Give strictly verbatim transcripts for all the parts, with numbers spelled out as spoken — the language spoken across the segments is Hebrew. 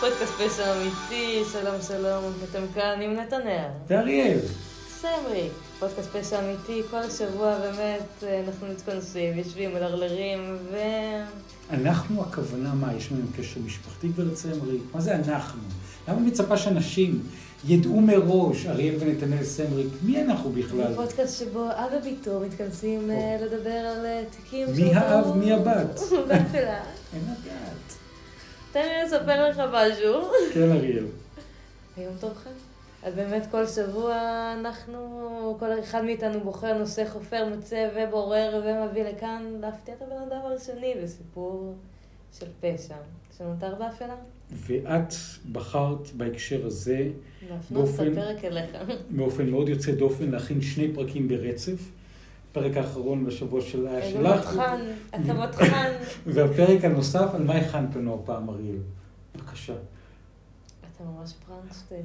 פודקאסט פשע אמיתי, שלום שלום, אתם כאן עם נתנאל. ואריאל. סמריק, פודקאסט פשע אמיתי, כל שבוע באמת אנחנו מתכנסים, יושבים, מלרלרים ו... אנחנו הכוונה מה? יש לנו קשר משפחתי גברת סמריק? מה זה אנחנו? למה מצפה שאנשים ידעו מראש, אריאל ונתנאל סמריק, מי אנחנו בכלל? זה פודקאסט שבו אב וביתו מתכנסים לדבר על תיקים מי האב, מי הבת? באפלה. אין לדעת. תן לי לספר לך משהו. כן, אריאל. היום טוב לכם. אז באמת כל שבוע אנחנו, כל אחד מאיתנו בוחר נושא חופר, מוצא ובורר ומביא לכאן להפתיע את הבן אדם הראשוני בסיפור של פשע שנותר באפלה. ואת בחרת בהקשר הזה להפנות את הפרק אליך. באופן מאוד יוצא דופן להכין שני פרקים ברצף. הפרק האחרון בשבוע של היה שלך. מותחן, אתה מותחן. והפרק הנוסף, על מה הכנת לנו הפעם, אריאל? בבקשה. אתה ממש פרנסטיין.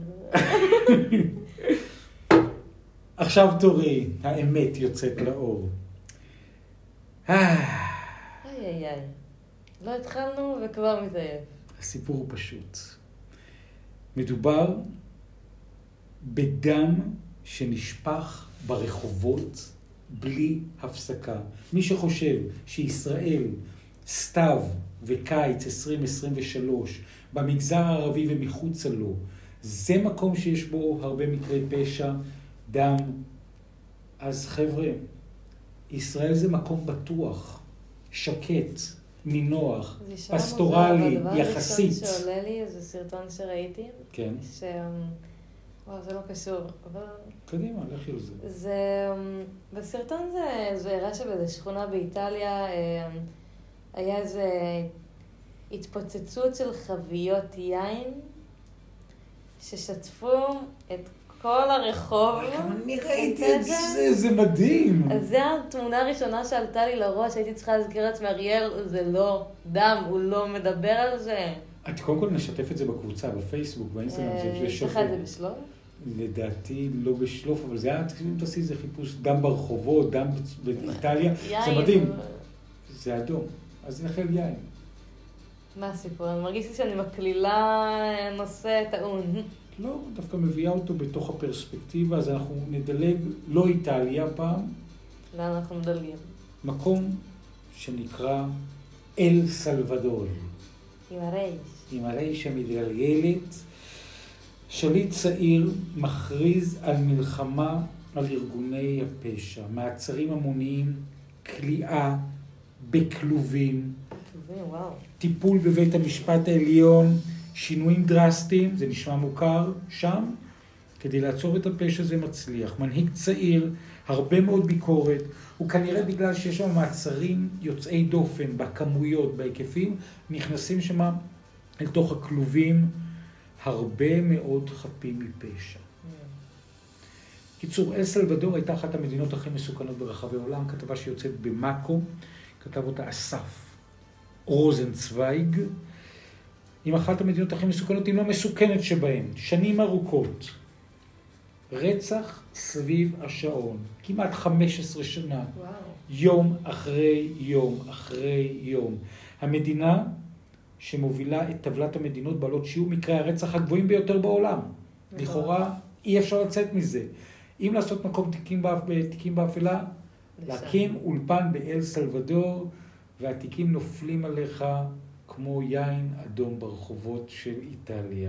עכשיו תורי, האמת יוצאת לאור. איי איי איי. לא התחלנו וכבר מתעייף. הסיפור הוא פשוט. מדובר בדם שנשפך ברחובות בלי הפסקה. מי שחושב שישראל, סתיו וקיץ עשרים עשרים ושלוש, במגזר הערבי ומחוצה לו, זה מקום שיש בו הרבה מקרי פשע, דם. אז חבר'ה, ישראל זה מקום בטוח, שקט, נינוח, פסטורלי, יחסית. הדבר הראשון שעולה לי זה סרטון שראיתי. כן. ש... וואו, זה לא קשור, אבל... קדימה, לכי על זה. זה... בסרטון זה, זה הראה שבאיזו שכונה באיטליה היה איזה התפוצצות של חביות יין ששטפו את כל הרחוב. אני ראיתי את זה, זה מדהים. אז זו התמונה הראשונה שעלתה לי לראש, הייתי צריכה להזכיר לעצמי, אריאל, זה לא דם, הוא לא מדבר על זה. את קודם כל נשתף את זה בקבוצה, בפייסבוק, באינסטגרם, זה שווה. שלך את זה בשלוף? לדעתי לא בשלוף, אבל זה היה, אם תעשי איזה חיפוש, דם ברחובות, דם באיטליה, זה מדהים. זה אדום, אז זה נחל יין. מה הסיפור? אני מרגיש לי שאני מקלילה נושא טעון. לא, דווקא מביאה אותו בתוך הפרספקטיבה, אז אנחנו נדלג, לא איטליה פעם. לאן אנחנו מדלגים? מקום שנקרא אל סלבדור. עם הרייש. עם הרייש המתגלגלת. שליט צעיר מכריז על מלחמה על ארגוני הפשע, מעצרים המוניים, כליאה בכלובים, כלובים, וואו. טיפול בבית המשפט העליון, שינויים דרסטיים, זה נשמע מוכר שם, כדי לעצור את הפשע זה מצליח. מנהיג צעיר, הרבה מאוד ביקורת, הוא כנראה בגלל שיש שם מעצרים יוצאי דופן, בכמויות, בהיקפים, נכנסים שם אל תוך הכלובים, הרבה מאוד חפים מפשע. קיצור, אל סלבדור הייתה אחת המדינות הכי מסוכנות ברחבי העולם, כתבה שיוצאת במאקו, כתב אותה אסף רוזנצוויג, עם אחת המדינות הכי מסוכנות, אם לא מסוכנת שבהן, שנים ארוכות. רצח סביב השעון, כמעט חמש עשרה שנה, וואו. יום אחרי יום אחרי יום. המדינה שמובילה את טבלת המדינות בעלות שיעור מקרי הרצח הגבוהים ביותר בעולם. לכאורה אי אפשר לצאת מזה. אם לעשות מקום תיקים, באפ... תיקים באפלה, להקים אולפן באל סלבדור, והתיקים נופלים עליך כמו יין אדום ברחובות של איטליה.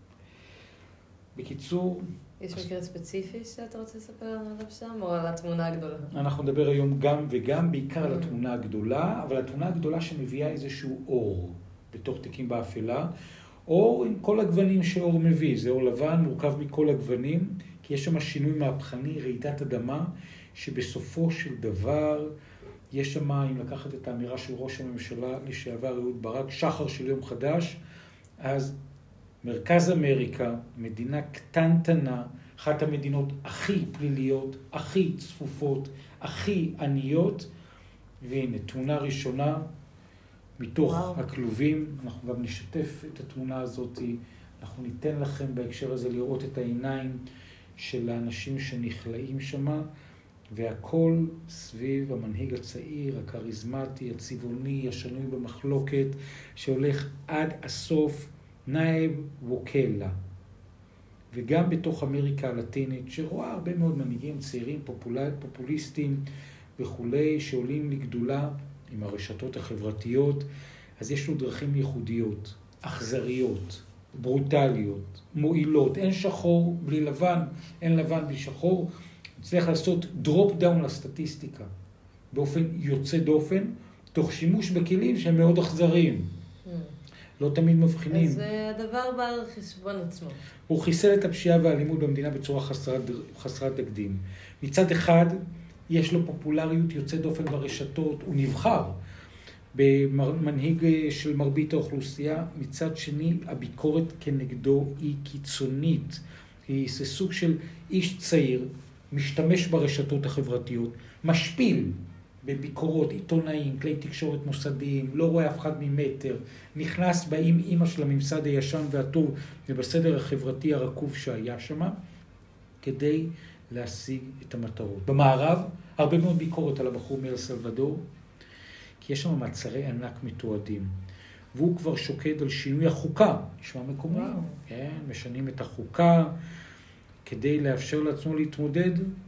בקיצור... יש מקרה ספציפי שאתה רוצה לספר עליו שם, או על התמונה הגדולה? אנחנו נדבר היום גם וגם, בעיקר על התמונה הגדולה, אבל התמונה הגדולה שמביאה איזשהו אור בתוך תיקים באפלה, אור עם כל הגוונים שאור מביא, זה אור לבן, מורכב מכל הגוונים, כי יש שם שינוי מהפכני, רעידת אדמה, שבסופו של דבר יש שם, אם לקחת את האמירה של ראש הממשלה לשעבר אהוד ברק, שחר של יום חדש, אז מרכז אמריקה, מדינה קטנטנה, אחת המדינות הכי פליליות, הכי צפופות, הכי עניות, והנה, תמונה ראשונה מתוך וואו. הכלובים, אנחנו גם נשתף את התמונה הזאת, אנחנו ניתן לכם בהקשר הזה לראות את העיניים של האנשים שנכלאים שם, והכל סביב המנהיג הצעיר, הכריזמטי, הצבעוני, השנוי במחלוקת, שהולך עד הסוף נייב ווקלה. וגם בתוך אמריקה הלטינית, שרואה הרבה מאוד מנהיגים צעירים, פופול... פופוליסטים וכולי, שעולים לגדולה עם הרשתות החברתיות, אז יש לו דרכים ייחודיות, אכזריות, ברוטליות, מועילות. אין שחור בלי לבן, אין לבן בלי שחור. הוא צריך לעשות דרופ דאון לסטטיסטיקה, באופן יוצא דופן, תוך שימוש בכלים שהם מאוד אכזריים. Mm. לא תמיד מבחינים. אז הדבר בא על חשבון עצמו. הוא חיסל את הפשיעה והאלימות במדינה בצורה חסרת, חסרת תקדים. מצד אחד, יש לו פופולריות יוצא דופן ברשתות, הוא נבחר במנהיג של מרבית האוכלוסייה. מצד שני, הביקורת כנגדו היא קיצונית. היא זה סוג של איש צעיר, משתמש ברשתות החברתיות, משפיל בביקורות, עיתונאים, כלי תקשורת מוסדיים, לא רואה אף אחד ממטר, נכנס באים אימא של הממסד הישן והטוב ובסדר החברתי הרקוב שהיה שם, כדי להשיג את המטרות. במערב, הרבה מאוד ביקורת על הבחור מאל סלבדור, כי יש שם מעצרי ענק מתועדים, והוא כבר שוקד על שינוי החוקה, נשמע מקומי, כן, משנים את החוקה, כדי לאפשר לעצמו להתמודד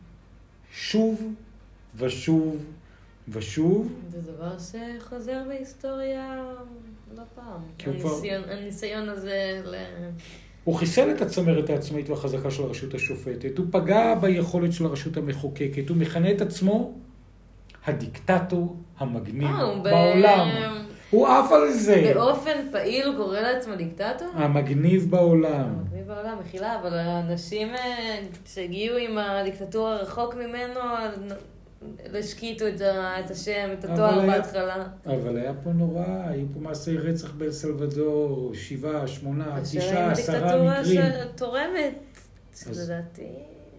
שוב ושוב ושוב. זה דבר שחוזר בהיסטוריה לא פעם. הניסיון, כבר... הניסיון הזה ל... הוא חיסל את הצמרת העצמאית והחזקה של הרשות השופטת, הוא פגע ביכולת של הרשות המחוקקת, הוא מכנה את עצמו הדיקטטור המגניב אה, בעולם. ב... הוא עף על זה. באופן פעיל הוא קורא לעצמו דיקטטור? המגניב בעולם. המגניב בעולם, מחילה, אבל האנשים שהגיעו עם הדיקטטורה רחוק ממנו, השקיטו את, את השם, את התואר היה, בהתחלה. אבל היה פה נורא, היו פה מעשי רצח באל סלבדור, שבעה, שמונה, תשעה, עשרה מקרים. הדיקטטורה שתורמת, לדעתי.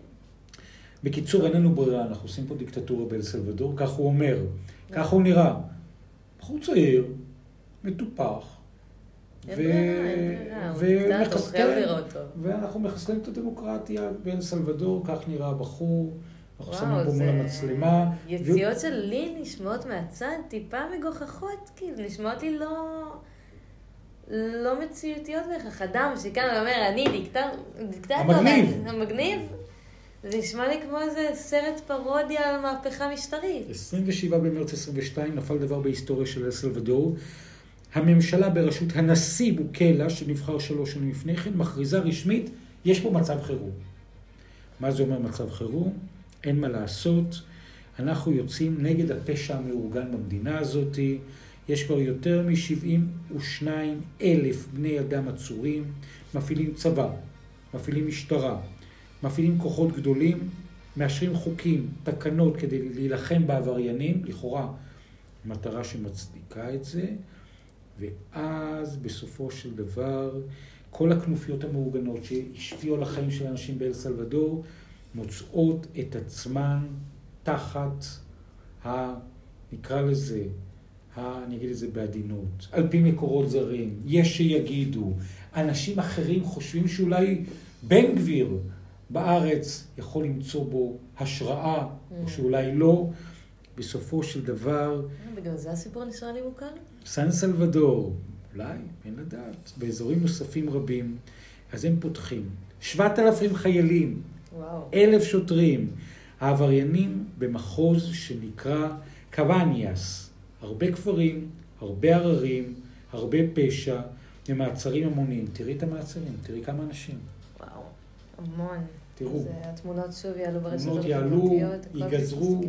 בקיצור, איננו ברירה, אנחנו עושים פה דיקטטורה באל סלבדור, כך הוא אומר, כך הוא נראה. בחור צעיר, מטופח, ואנחנו מחסלים את הדמוקרטיה באל סלבדור, כך נראה הבחור. אנחנו שמים פה מול המצלמה. יציאות של לי נשמעות מהצד, טיפה מגוחכות, כאילו, נשמעות לי לא... לא מציאותיות בהכרח. אדם שכאן אומר, אני דיקטטור. המגניב. המגניב. זה נשמע לי כמו איזה סרט פרודיה על מהפכה משטרית. עשרים ושבעה במרץ עשרים ושתיים נפל דבר בהיסטוריה של אל סלבדור. הממשלה בראשות הנשיא בוקלה, שנבחר שלוש שנים לפני כן, מכריזה רשמית, יש פה מצב חירום. מה זה אומר מצב חירום? אין מה לעשות. אנחנו יוצאים נגד הפשע המאורגן במדינה הזאת. יש כבר יותר מ-שבעים ושניים אלף בני אדם עצורים, מפעילים צבא, מפעילים משטרה, מפעילים כוחות גדולים, מאשרים חוקים, תקנות כדי להילחם בעבריינים, לכאורה מטרה שמצדיקה את זה, ואז בסופו של דבר כל הכנופיות המאורגנות שהשפיעו על החיים של אנשים באל סלבדור מוצאות את עצמן תחת ה... נקרא לזה, ה... אני אגיד את זה בעדינות, על פי מקורות זרים, יש שיגידו, אנשים אחרים חושבים שאולי בן גביר בארץ יכול למצוא בו השראה, mm. או שאולי לא. בסופו של דבר... בגלל זה הסיפור נשאר לי מוכר? סן סלבדור, אולי, אין לדעת, באזורים נוספים רבים, אז הם פותחים. שבעת אלפים חיילים, וואו. אלף שוטרים, העבריינים במחוז שנקרא קוואניאס. הרבה כפרים, הרבה עררים, הרבה פשע, ומעצרים המוניים. תראי את המעצרים, תראי כמה אנשים. וואו, המון. תראו. אז התמונות שוב יעלו ברשתות התמונות יעלו, ייגזרו.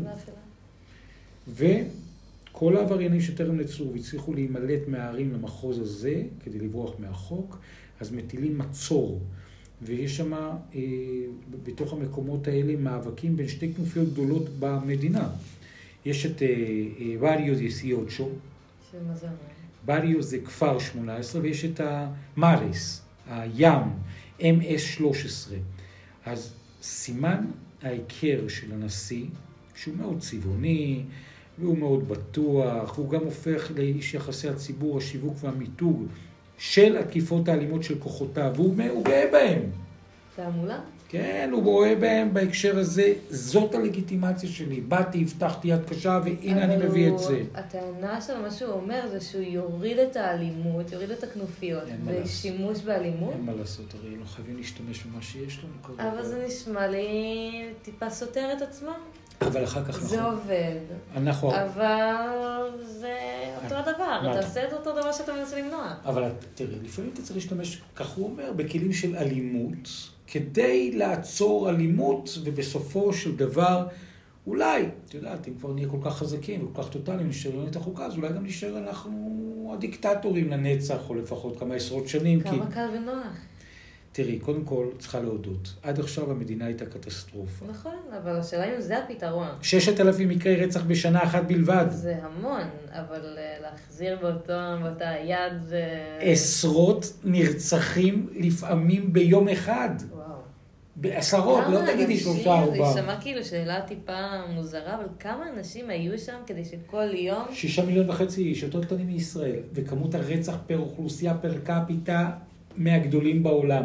וכל העבריינים שטרם נעצרו והצליחו להימלט מהערים למחוז הזה, כדי לברוח מהחוק, אז מטילים מצור. ויש שם, אה, בתוך המקומות האלה, מאבקים בין שתי כנופיות גדולות במדינה. יש את בריו דיסיוטשו. שמה זה אומר? בריו זה כפר שמונה עשרה, ויש את המארס, הים, אם אס שלוש עשרה. אז סימן ההיכר של הנשיא, שהוא מאוד צבעוני, והוא מאוד בטוח, הוא גם הופך לאיש יחסי הציבור, השיווק והמיתוג של התקיפות האלימות של כוחותיו, והוא גאה בהם. תעמולה? כן, הוא רואה בהם בהקשר הזה, זאת הלגיטימציה שלי. באתי, הבטחתי יד קשה, והנה אני מביא את זה. הטענה של מה שהוא אומר זה שהוא יוריד את האלימות, יוריד את הכנופיות, ושימוש באלימות. אין מה לעשות, הרי לא חייבים להשתמש במה שיש לנו. אבל זה נשמע לי טיפה סותר את עצמם. אבל אחר כך נכון. זה עובד. אנחנו... אבל זה אותו דבר. תעשה את אותו דבר שאתה מנסה למנוע. אבל תראי, לפעמים אתה צריך להשתמש, כך הוא אומר, בכלים של אלימות, כדי לעצור אלימות, ובסופו של דבר, אולי, את יודעת, אם כבר נהיה כל כך חזקים וכל כך טוטליים, נשארים את החוקה, אז אולי גם נשאר אנחנו הדיקטטורים לנצח, או לפחות כמה עשרות שנים. כמה כי... קל ונוח. תראי, קודם כל, צריכה להודות. עד עכשיו המדינה הייתה קטסטרופה. נכון, אבל השאלה אם זה הפתרון. ששת אלפים מקרי רצח בשנה אחת בלבד. זה המון, אבל להחזיר באותו, באותה יד זה... עשרות נרצחים לפעמים ביום אחד. וואו. בעשרות, לא תגידי שלושה ארבעה. זה שמע כאילו שאלה טיפה מוזרה, אבל כמה אנשים היו שם כדי שכל יום... שישה מיליון וחצי איש, יותר קטנים מישראל, וכמות הרצח פר אוכלוסייה פר קפיטה מהגדולים בעולם.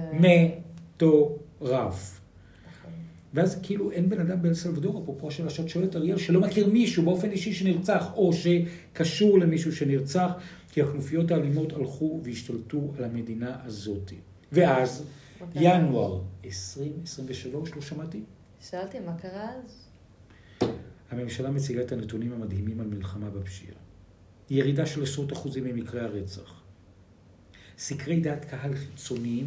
מטורף. ואז כאילו אין בן אדם באל סלבדור, אפרופו השאלה שאת שואלת אריאל, שלא מכיר מישהו באופן אישי שנרצח, או שקשור למישהו שנרצח, כי הכנופיות האלימות הלכו והשתלטו על המדינה הזאת. ואז, ינואר עשרים עשרים ושלוש, לא שמעתי? שאלתי, מה קרה אז? הממשלה מציגה את הנתונים המדהימים על מלחמה בפשיעה. ירידה של עשרות אחוזים ממקרי הרצח. סקרי דעת קהל חיצוניים,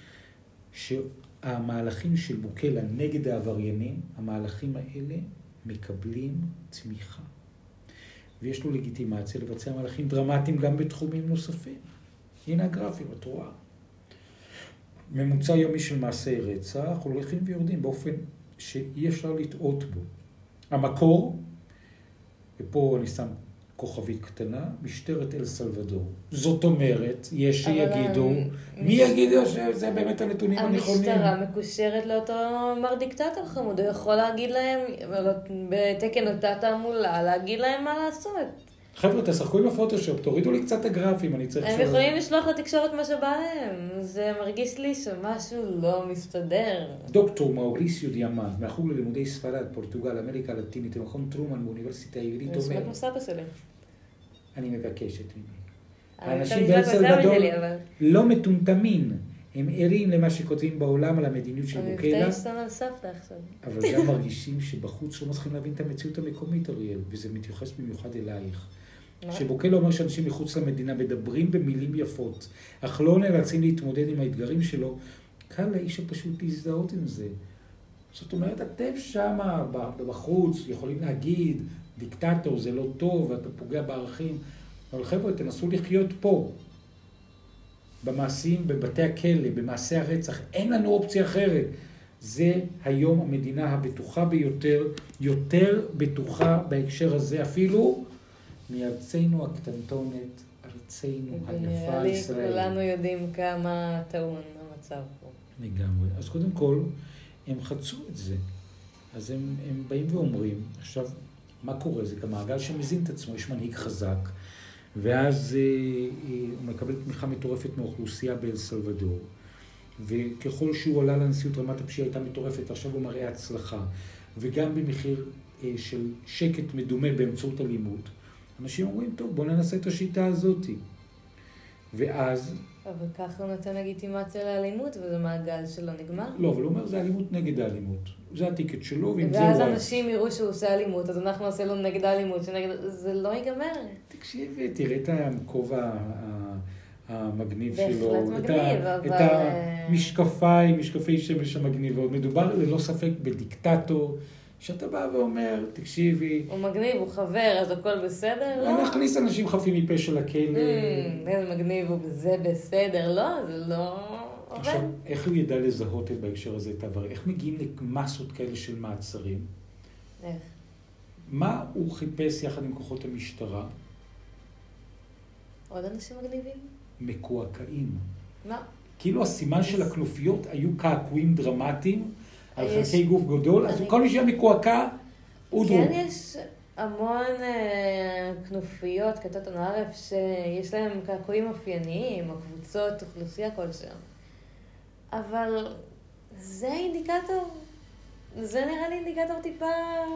שהמהלכים של בוקלה נגד העבריינים, המהלכים האלה מקבלים תמיכה. ויש לו לגיטימציה לבצע מהלכים דרמטיים גם בתחומים נוספים. הנה הגרפים, את רואה. ממוצע יומי של מעשי רצח הולכים ויורדים באופן שאי אפשר לטעות בו. המקור, ופה אני שם כוכבית קטנה, משטרת אל סלבדור. זאת אומרת, יש שיגידו, מי יגידו שזה באמת הנתונים הנכונים? המשטרה מקושרת לאותו מר דיקטטור חמוד, הוא יכול להגיד להם, בתקן אותה תעמולה, להגיד להם מה לעשות. חבר'ה, תשחקו עם הפוטושופ, תורידו לי קצת הגרפים, אני צריך... הם יכולים לשלוח לתקשורת מה שבא להם, זה מרגיש לי שמשהו לא מסתדר. דוקטור מאוריסיו דיאמנט, מהחוג ללימודי ספרד, פורטוגל, אמריקה הלטינית, במכון טרומן באוניברסיטה העברית, אומר... זה מספר שלי. אני מבקשת ממך. האנשים באל סלבדור לא מטומטמים, הם ערים למה שכותבים בעולם על המדיניות של בוקלה. המבטא יסתן על סבתא עכשיו. אבל גם מרגישים שבחוץ לא מצליחים להבין את המציאות המקומית, אריאל, וזה מתייחס במיוחד אלייך. שבוקלה אומר שאנשים מחוץ למדינה מדברים במילים יפות, אך לא נאלצים להתמודד עם האתגרים שלו, קל לאיש הפשוט להזדהות עם זה. זאת אומרת, אתם שמה בחוץ יכולים להגיד, דיקטטור זה לא טוב, ואתה פוגע בערכים, אבל חבר'ה, תנסו לחיות פה. במעשים, בבתי הכלא, במעשי הרצח, אין לנו אופציה אחרת. זה היום המדינה הבטוחה ביותר, יותר בטוחה בהקשר הזה אפילו, מארצנו הקטנטונת, ארצנו היפה ישראל. כולנו יודעים כמה טעון המצב פה. לגמרי. אז קודם כל, הם חצו את זה. אז הם, הם באים ואומרים, עכשיו, מה קורה? זה כמעגל שמזין את עצמו, יש מנהיג חזק, ואז אה, הוא מקבל תמיכה מטורפת מאוכלוסייה באל סלבדור, וככל שהוא עלה לנשיאות רמת הפשיעה הייתה מטורפת, עכשיו הוא מראה הצלחה, וגם במחיר אה, של שקט מדומה באמצעות אלימות, אנשים אומרים, טוב, בוא ננסה את השיטה הזאת. ואז... אבל ככה הוא נותן לגיטימציה לאלימות, וזה מעגל שלא נגמר. לא, אבל הוא אומר, זה אלימות נגד האלימות. זה הטיקט שלו, ועם זה הוא... ואז אנשים יראו שהוא עושה אלימות, אז אנחנו נעשה לו נגד האלימות, שנגד... זה לא ייגמר. תקשיבי, תראה את הכובע המגניב בהחלט שלו. בהחלט מגניב, את אבל... את המשקפיים, משקפי שמש המגניבות. מדובר ללא ספק בדיקטטור, שאתה בא ואומר, תקשיבי... הוא מגניב, הוא חבר, אז הכל בסדר? לא. נכניס אנשים חפים מפשע לכלא. איזה מגניב, הוא זה בסדר, לא, זה לא עובד. עכשיו, איך הוא ידע לזהות את בהקשר הזה את העבר? איך מגיעים למסות כאלה של מעצרים? איך? מה הוא חיפש יחד עם כוחות המשטרה? עוד אנשים מגניבים? מקועקעים. מה? כאילו הסימן של הכנופיות היו קעקועים דרמטיים על חלקי גוף גדול, אז כל מי שהיה מקועקע, הוא דרום. כן, יש המון כנופיות, כתות הנערף, שיש להם קעקועים אופייניים, או קבוצות, אוכלוסייה כלשהם. אבל זה אינדיקטור. זה נראה לי אינדיקטור טיפה...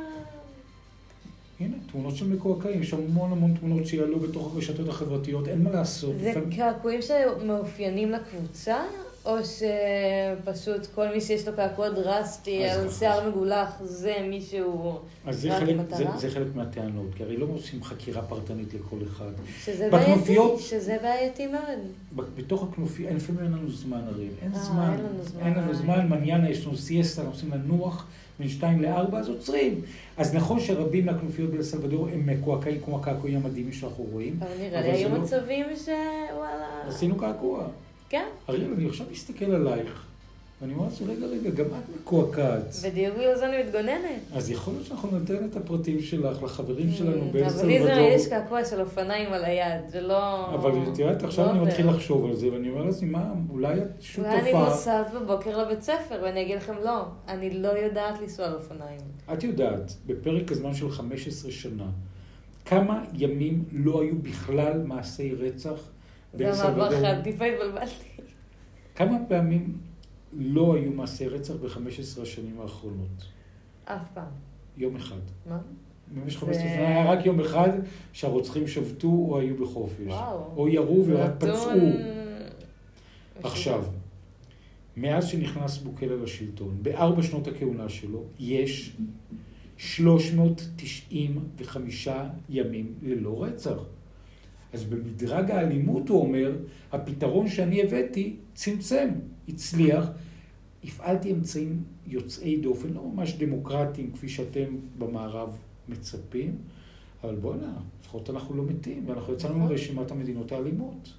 הנה, תמונות של מקועקעים, יש המון המון תמונות שיעלו בתוך הרשתות החברתיות, אין מה לעשות. זה קעקועים שמאופיינים לקבוצה, או שפשוט כל מי שיש לו קעקוע דרסטי על שיער מגולח, זה מישהו... אז זה חלק, זה, זה חלק מהטענות, כי הרי לא עושים חקירה פרטנית לכל אחד. שזה בעייתי, שזה בעייתי מאוד. בתוך הכנופיות, לפעמים אין לנו זמן הרי, אין אה, זמן, אין לנו זמן. אין לנו זמן, מניאנה יש לנו סיאסטה, אנחנו עושים לנוח, בין שתיים לארבע, אז עוצרים. אז נכון שרבים מהכנופיות באל סלבדור הם מקועקעים כמו הקעקועים המדהימים שאנחנו רואים. אבל נראה לי, היו מצבים שוואלה... עשינו קעקוע. כן. אריאל, אני עכשיו מסתכל עלייך, ואני אומר לעצמי, רגע, רגע, גם את מקועקעת. בדיוק בגלל זה אני מתגוננת. אז יכול להיות שאנחנו ניתן את הפרטים שלך לחברים שלנו באל סלבדור. אבל לי זה יש קעקוע של אופניים על היד, זה לא... אבל תראה, עכשיו אני מתחיל לחשוב על זה, ואני אומר לעצמי, מה, אולי את שותפה... אולי אני נוסעת בבוקר לבית ספר, ואני אגיד לכם, לא, אני לא יודעת לנסוע על אופניים. את יודעת, בפרק הזמן של חמש עשרה שנה, כמה ימים לא היו בכלל מעשי רצח באל זה סלבדור? המעבר חד, טיפה התבלבלתי. כמה פעמים לא היו מעשי רצח ב-חמש עשרה השנים האחרונות? אף פעם. יום אחד. מה? במשך חמש עשרה שנה היה רק יום אחד שהרוצחים שבתו או היו בחופש. וואו. או ירו ורק פצעו. נתון... עכשיו, מאז שנכנס בוקלה לשלטון, בארבע שנות הכהונה שלו, יש שלוש מאות תשעים וחמישה ימים ללא רצח. אז במדרג האלימות הוא אומר, הפתרון שאני הבאתי צמצם, הצליח, הפעלתי אמצעים יוצאי דופן, לא ממש דמוקרטיים כפי שאתם במערב מצפים, אבל בוא נע, לפחות אנחנו לא מתים, ואנחנו יצאנו מרשימת המדינות האלימות.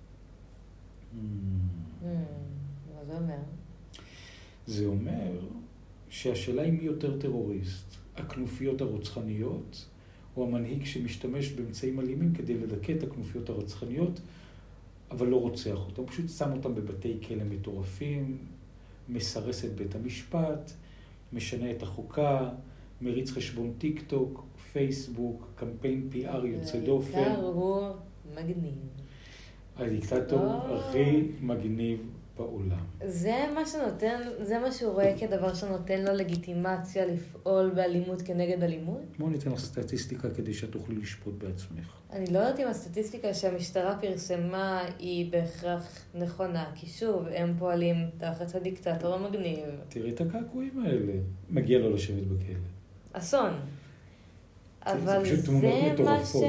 מה זה אומר? זה אומר שהשאלה היא מי יותר טרוריסט, הכנופיות הרוצחניות, או המנהיג שמשתמש באמצעים אלימים כדי לדכא את הכנופיות הרצחניות, אבל לא רוצח אותם. הוא פשוט שם אותם בבתי כלא מטורפים, מסרס את בית המשפט, משנה את החוקה, מריץ חשבון טיק טוק, פייסבוק, קמפיין פי אר יוצא דופן. העיקר הוא מגניב. הדיקטטור הכי מגניב בעולם. זה מה שנותן, זה מה שהוא רואה כדבר שנותן לו לגיטימציה לפעול באלימות כנגד אלימות? בואו ניתן לך סטטיסטיקה כדי שאת תוכלי לשפוט בעצמך. אני לא יודעת אם הסטטיסטיקה שהמשטרה פרסמה היא בהכרח נכונה, כי שוב, הם פועלים תחת הדיקטטור המגניב. תראי את הקעקועים האלה. מגיע לו לשבת בכלא. אסון. אבל זה פשוט תמונות מטורפות.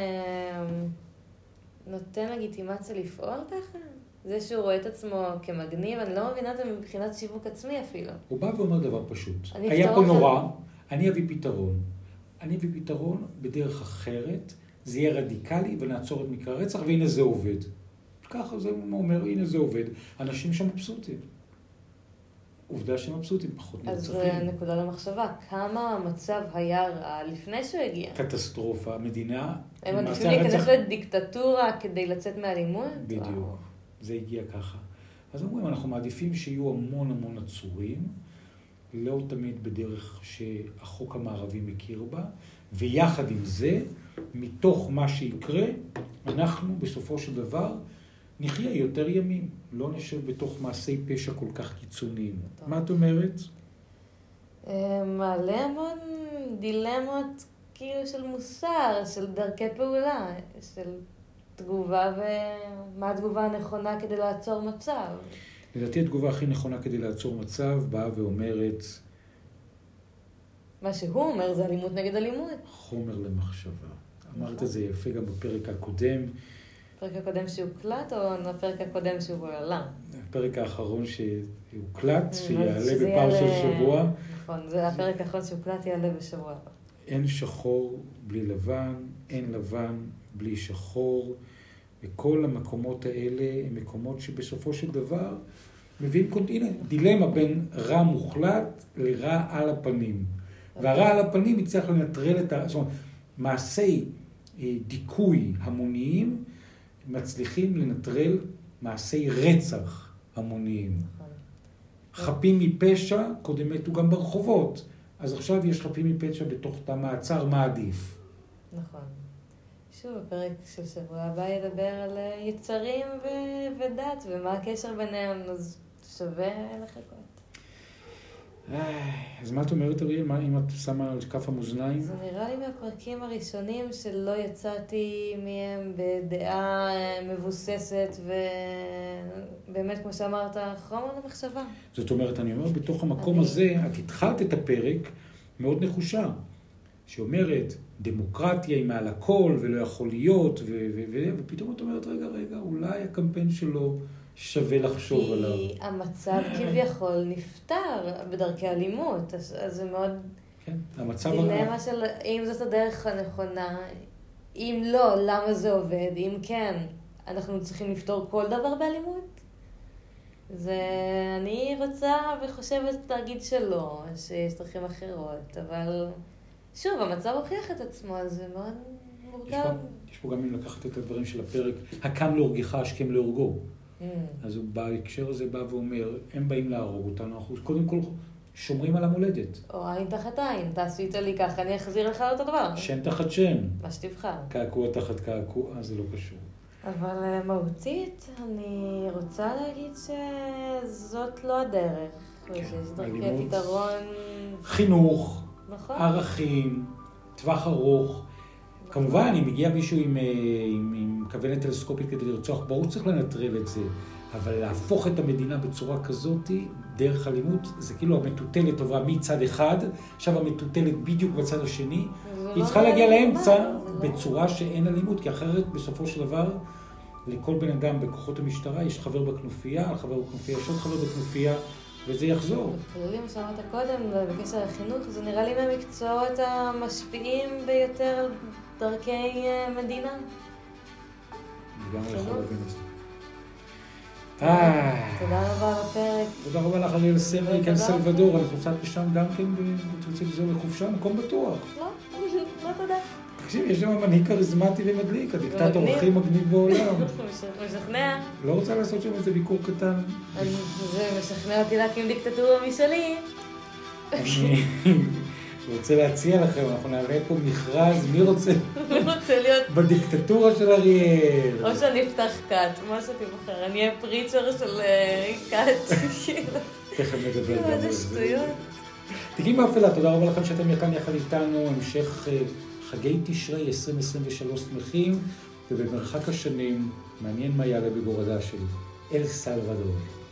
נותן לגיטימציה לפעול ככה? זה שהוא רואה את עצמו כמגניב, אני לא מבינה את זה מבחינת שיווק עצמי אפילו. הוא בא ואומר דבר פשוט. היה פה נורא, אני אביא פתרון. אני אביא פתרון בדרך אחרת, זה יהיה רדיקלי ונעצור את מקרה הרצח, והנה זה עובד. ככה זה הוא אומר, הנה זה עובד. אנשים שם מבסוטים. עובדה שהם מבסוטים, פחות נרצחים. אז נקודה למחשבה, כמה המצב היה רע לפני שהוא הגיע? קטסטרופה, המדינה... הם עדיפים להיכנס לדיקטטורה כדי לצאת מאלימות? בדיוק, זה הגיע ככה. אז אומרים, אנחנו מעדיפים שיהיו המון המון עצורים, לא תמיד בדרך שהחוק המערבי מכיר בה, ויחד עם זה, מתוך מה שיקרה, אנחנו בסופו של דבר נחיה יותר ימים, לא נשב בתוך מעשי פשע כל כך קיצוניים. מה את אומרת? מעלה המון דילמות כאילו של מוסר, של דרכי פעולה, של תגובה ומה התגובה הנכונה כדי לעצור מצב. לדעתי התגובה הכי נכונה כדי לעצור מצב באה ואומרת... מה שהוא אומר זה אלימות נגד אלימות. חומר למחשבה. אמרת את זה יפה גם בפרק הקודם. הפרק הקודם שהוקלט או הפרק הקודם שהוא עלה? הפרק האחרון שהוקלט, שיעלה בפער של שבוע. נכון, זה הפרק האחרון שהוקלט יעלה בשבוע. אין שחור בלי לבן, אין לבן בלי שחור, וכל המקומות האלה הם מקומות שבסופו של דבר מביאים, הנה, דילמה בין רע מוחלט לרע על הפנים. והרע על הפנים יצטרך לנטרל את ה... זאת אומרת, מעשי דיכוי המוניים מצליחים לנטרל מעשי רצח המוניים. חפים מפשע, קודם מתו גם ברחובות. אז עכשיו יש חפים מפשע בתוך תא מעצר, מה עדיף? נכון. שוב, הפרק של שבוע הבא ידבר על יצרים ו- ודת, ומה הקשר ביניהם, אז שווה לחכות. אז מה את אומרת, אריאל? מה אם את שמה על כף המאזניים? זה נראה לי מהפרקים הראשונים שלא יצאתי מהם בדעה מבוססת, ובאמת, כמו שאמרת, חומר למחשבה. זאת אומרת, אני אומר, בתוך המקום הזה, את התחלת את הפרק מאוד נחושה, שאומרת, דמוקרטיה היא מעל הכל, ולא יכול להיות, ופתאום את אומרת, רגע, רגע, אולי הקמפיין שלו שווה לחשוב עליו. כי המצב כביכול נפטר בדרכי אלימות, אז זה מאוד... כן, המצב... דילמה של אם זאת הדרך הנכונה, אם לא, למה זה עובד, אם כן, אנחנו צריכים לפתור כל דבר באלימות. זה... אני רוצה וחושבת להגיד שלא, שיש דרכים אחרות, אבל שוב, המצב הוכיח את עצמו, אז זה מאוד מורכב. יש פה, יש פה גם אם לקחת את הדברים של הפרק, הקם להורגך, השכם להורגו. Mm. אז הוא בהקשר הזה בא ואומר, הם באים להרוג אותנו, אנחנו קודם כל שומרים על המולדת. או עין תחת עין, תעשי איתו לי ככה, אני אחזיר לך אותו דבר. שם תחת שם. מה שתבחר. קעקוע תחת קעקוע, זה לא קשור. אבל מהותית, אני רוצה להגיד שזאת לא הדרך. כן, ושיש דרכי אלימות. פתרון... חינוך, נכון. ערכים, טווח ארוך. כמובן, אם הגיע מישהו עם, עם, עם כוונת טלסקופית כדי לרצוח, ברור צריך לנטרל את זה. אבל להפוך את המדינה בצורה כזאת, דרך אלימות, זה כאילו המטוטלת עוברה מצד אחד, עכשיו המטוטלת בדיוק בצד השני, היא צריכה להגיע לאמצע בצורה שאין אלימות, כי אחרת בסופו של דבר, לכל בן אדם בכוחות המשטרה יש חבר בכנופיה, חבר בכנופיה, יש עוד חבר בכנופיה, וזה יחזור. בכללי, מה שאמרת קודם, בקשר לחינוך, זה נראה לי מהמקצועות המשפיעים ביותר על דרכי מדינה. אני גם יכול להבין את זה. תודה רבה על הפרק. תודה רבה לך, אריאל סמריק, אל סלבדור. אנחנו קצת לשם גם כן, ותרצי לזור לחופשה, מקום בטוח. לא, לא תודה. תקשיב, יש שם מנהיג כריזמטי ומדליק, הדיקטטור הכי מגניב בעולם. משכנע. לא רוצה לעשות שם איזה ביקור קטן. זה משכנע אותי להקים דיקטטורה משלי. אני רוצה להציע לכם, אנחנו נעלה פה מכרז, מי רוצה להיות בדיקטטורה של אריאל? או שאני אפתח קאט, מה שתבחר, אני אהיה פריצ'ר של קאט. תכף נדבר גם על זה. איזה שטויות. תיקים באפלה, תודה רבה לכם שאתם כאן יחד איתנו, המשך חגי תשרי עשרים עשרים ושלוש שמחים, ובמרחק השנים מעניין מה יעלה בגורדה של אל סלבדור.